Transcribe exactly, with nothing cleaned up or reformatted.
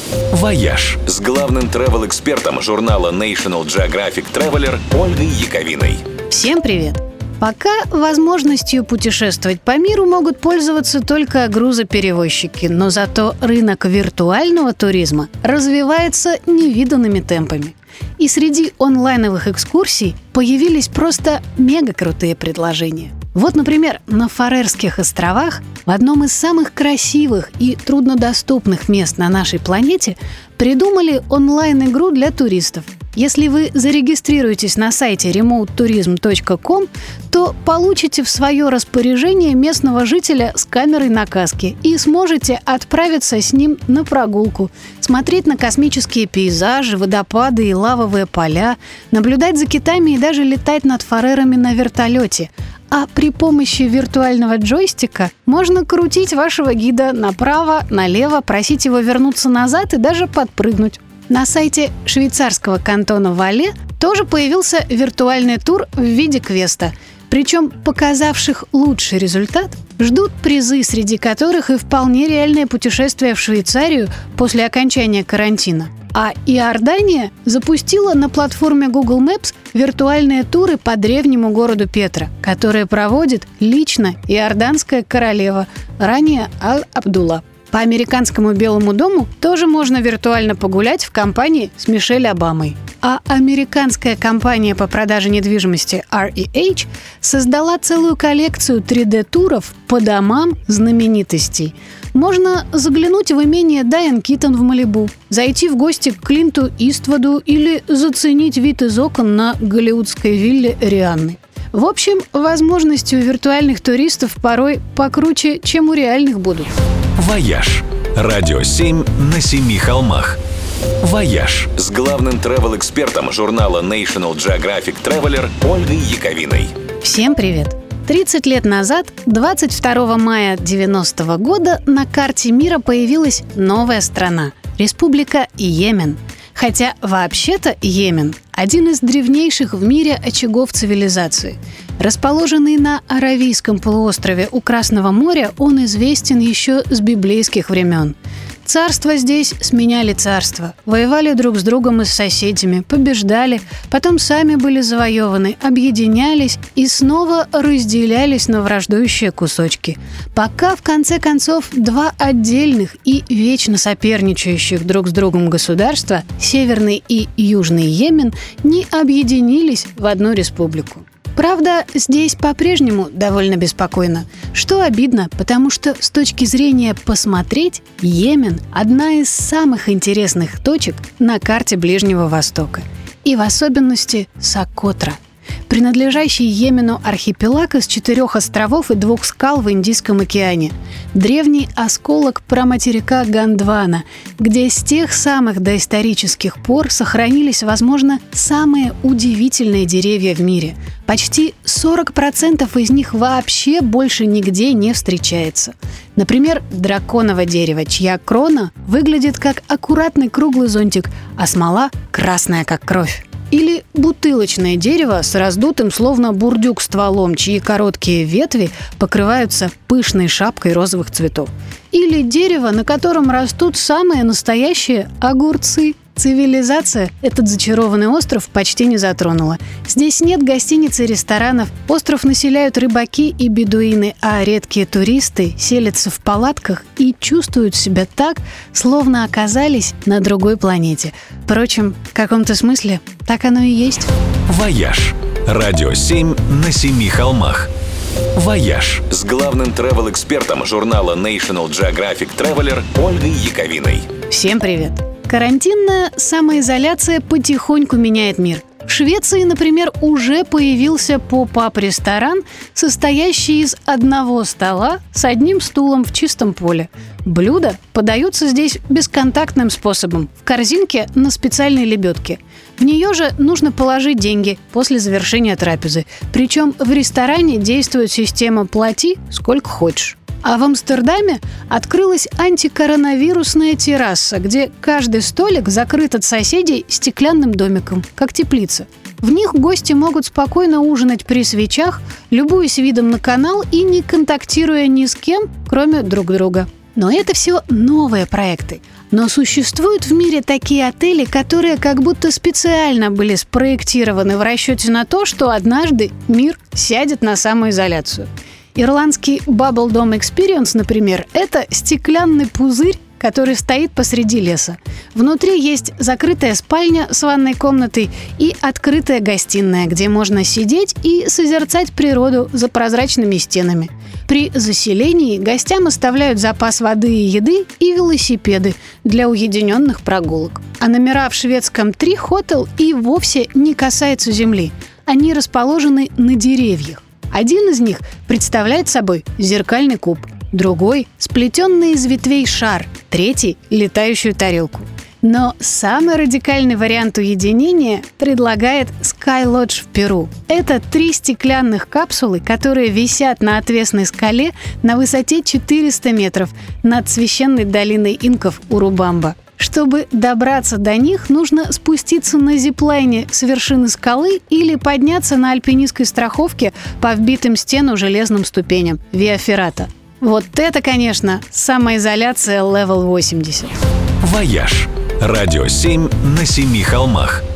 «Вояж» с главным travel-экспертом журнала National Geographic Traveler Ольгой Яковиной. Всем привет! Пока возможностью путешествовать по миру могут пользоваться только грузоперевозчики, но зато рынок виртуального туризма развивается невиданными темпами. И среди онлайновых экскурсий появились просто мега-крутые предложения. Вот, например, на Фарерских островах, в одном из самых красивых и труднодоступных мест на нашей планете, придумали онлайн-игру для туристов. Если вы зарегистрируетесь на сайте ремоут туризм точка ком, то получите в свое распоряжение местного жителя с камерой на каске и сможете отправиться с ним на прогулку, смотреть на космические пейзажи, водопады и лавовые поля, наблюдать за китами и даже летать над Фарерами на вертолете. А при помощи виртуального джойстика можно крутить вашего гида направо, налево, просить его вернуться назад и даже подпрыгнуть. На сайте швейцарского кантона Вале тоже появился виртуальный тур в виде квеста. Причем показавших лучший результат ждут призы, среди которых и вполне реальное путешествие в Швейцарию после окончания карантина. А Иордания запустила на платформе Google Maps виртуальные туры по древнему городу Петра, которые проводит лично иорданская королева, ранее Аль-Абдулла. По американскому Белому дому тоже можно виртуально погулять в компании с Мишель Обамой. А американская компания по продаже недвижимости ар и эйч создала целую коллекцию три дэ-туров по домам знаменитостей. Можно заглянуть в имение Дайан Китон в Малибу, зайти в гости к Клинту Иствуду или заценить вид из окон на голливудской вилле Рианны. В общем, возможности у виртуальных туристов порой покруче, чем у реальных будут. «Вояж» – радио семь на семи холмах. «Вояж» с главным travel-экспертом журнала National Geographic Traveler Ольгой Яковиной. Всем привет! тридцать лет назад, двадцать второго мая девяностого года, на карте мира появилась новая страна – Республика Йемен. Хотя вообще-то Йемен – один из древнейших в мире очагов цивилизации. Расположенный на Аравийском полуострове у Красного моря, он известен еще с библейских времен. Царства здесь сменяли царства, воевали друг с другом и с соседями, побеждали, потом сами были завоеваны, объединялись и снова разделялись на враждующие кусочки. Пока, в конце концов, два отдельных и вечно соперничающих друг с другом государства, Северный и Южный Йемен, не объединились в одну республику. Правда, здесь по-прежнему довольно беспокойно, что обидно, потому что с точки зрения посмотреть, Йемен – одна из самых интересных точек на карте Ближнего Востока. И в особенности Сокотра, принадлежащий Йемену архипелаг из четырех островов и двух скал в Индийском океане, древний осколок праматерика Гондвана, где с тех самых доисторических пор сохранились, возможно, самые удивительные деревья в мире. Почти сорок процентов из них вообще больше нигде не встречается. Например, драконово дерево, чья крона выглядит как аккуратный круглый зонтик, а смола красная, как кровь. Или бутылочное дерево с раздутым, словно бурдюк, стволом, чьи короткие ветви покрываются пышной шапкой розовых цветов. Или дерево, на котором растут самые настоящие огурцы. Цивилизация этот зачарованный остров почти не затронула. Здесь нет гостиниц и ресторанов, остров населяют рыбаки и бедуины, а редкие туристы селятся в палатках и чувствуют себя так, словно оказались на другой планете. Впрочем, в каком-то смысле так оно и есть. «Вояж» – радио семь на семи холмах. «Вояж» с главным travel-экспертом журнала National Geographic Traveler Ольгой Яковиной. Всем привет! Карантинная самоизоляция потихоньку меняет мир. В Швеции, например, уже появился поп-ап-ресторан, состоящий из одного стола с одним стулом в чистом поле. Блюда подаются здесь бесконтактным способом, в корзинке на специальной лебедке. В нее же нужно положить деньги после завершения трапезы. Причем в ресторане действует система «плати сколько хочешь». А в Амстердаме открылась антикоронавирусная терраса, где каждый столик закрыт от соседей стеклянным домиком, как теплица. В них гости могут спокойно ужинать при свечах, любуясь видом на канал и не контактируя ни с кем, кроме друг друга. Но это все новые проекты. Но существуют в мире такие отели, которые как будто специально были спроектированы в расчете на то, что однажды мир сядет на самоизоляцию. Ирландский Bubble Dome Experience, например, это стеклянный пузырь, который стоит посреди леса. Внутри есть закрытая спальня с ванной комнатой и открытая гостиная, где можно сидеть и созерцать природу за прозрачными стенами. При заселении гостям оставляют запас воды и еды и велосипеды для уединенных прогулок. А номера в шведском Tree Hotel и вовсе не касаются земли. Они расположены на деревьях. Один из них представляет собой зеркальный куб, другой – сплетенный из ветвей шар, третий – летающую тарелку. Но самый радикальный вариант уединения предлагает Sky Lodge в Перу. Это три стеклянных капсулы, которые висят на отвесной скале на высоте четыреста метров над священной долиной инков Урубамба. Чтобы добраться до них, нужно спуститься на зиплайне с вершины скалы или подняться на альпинистской страховке по вбитым в стену железным ступеням – Виа Феррата. Вот это, конечно, самоизоляция левел восемьдесят. «Вояж». Радио семь на семи холмах.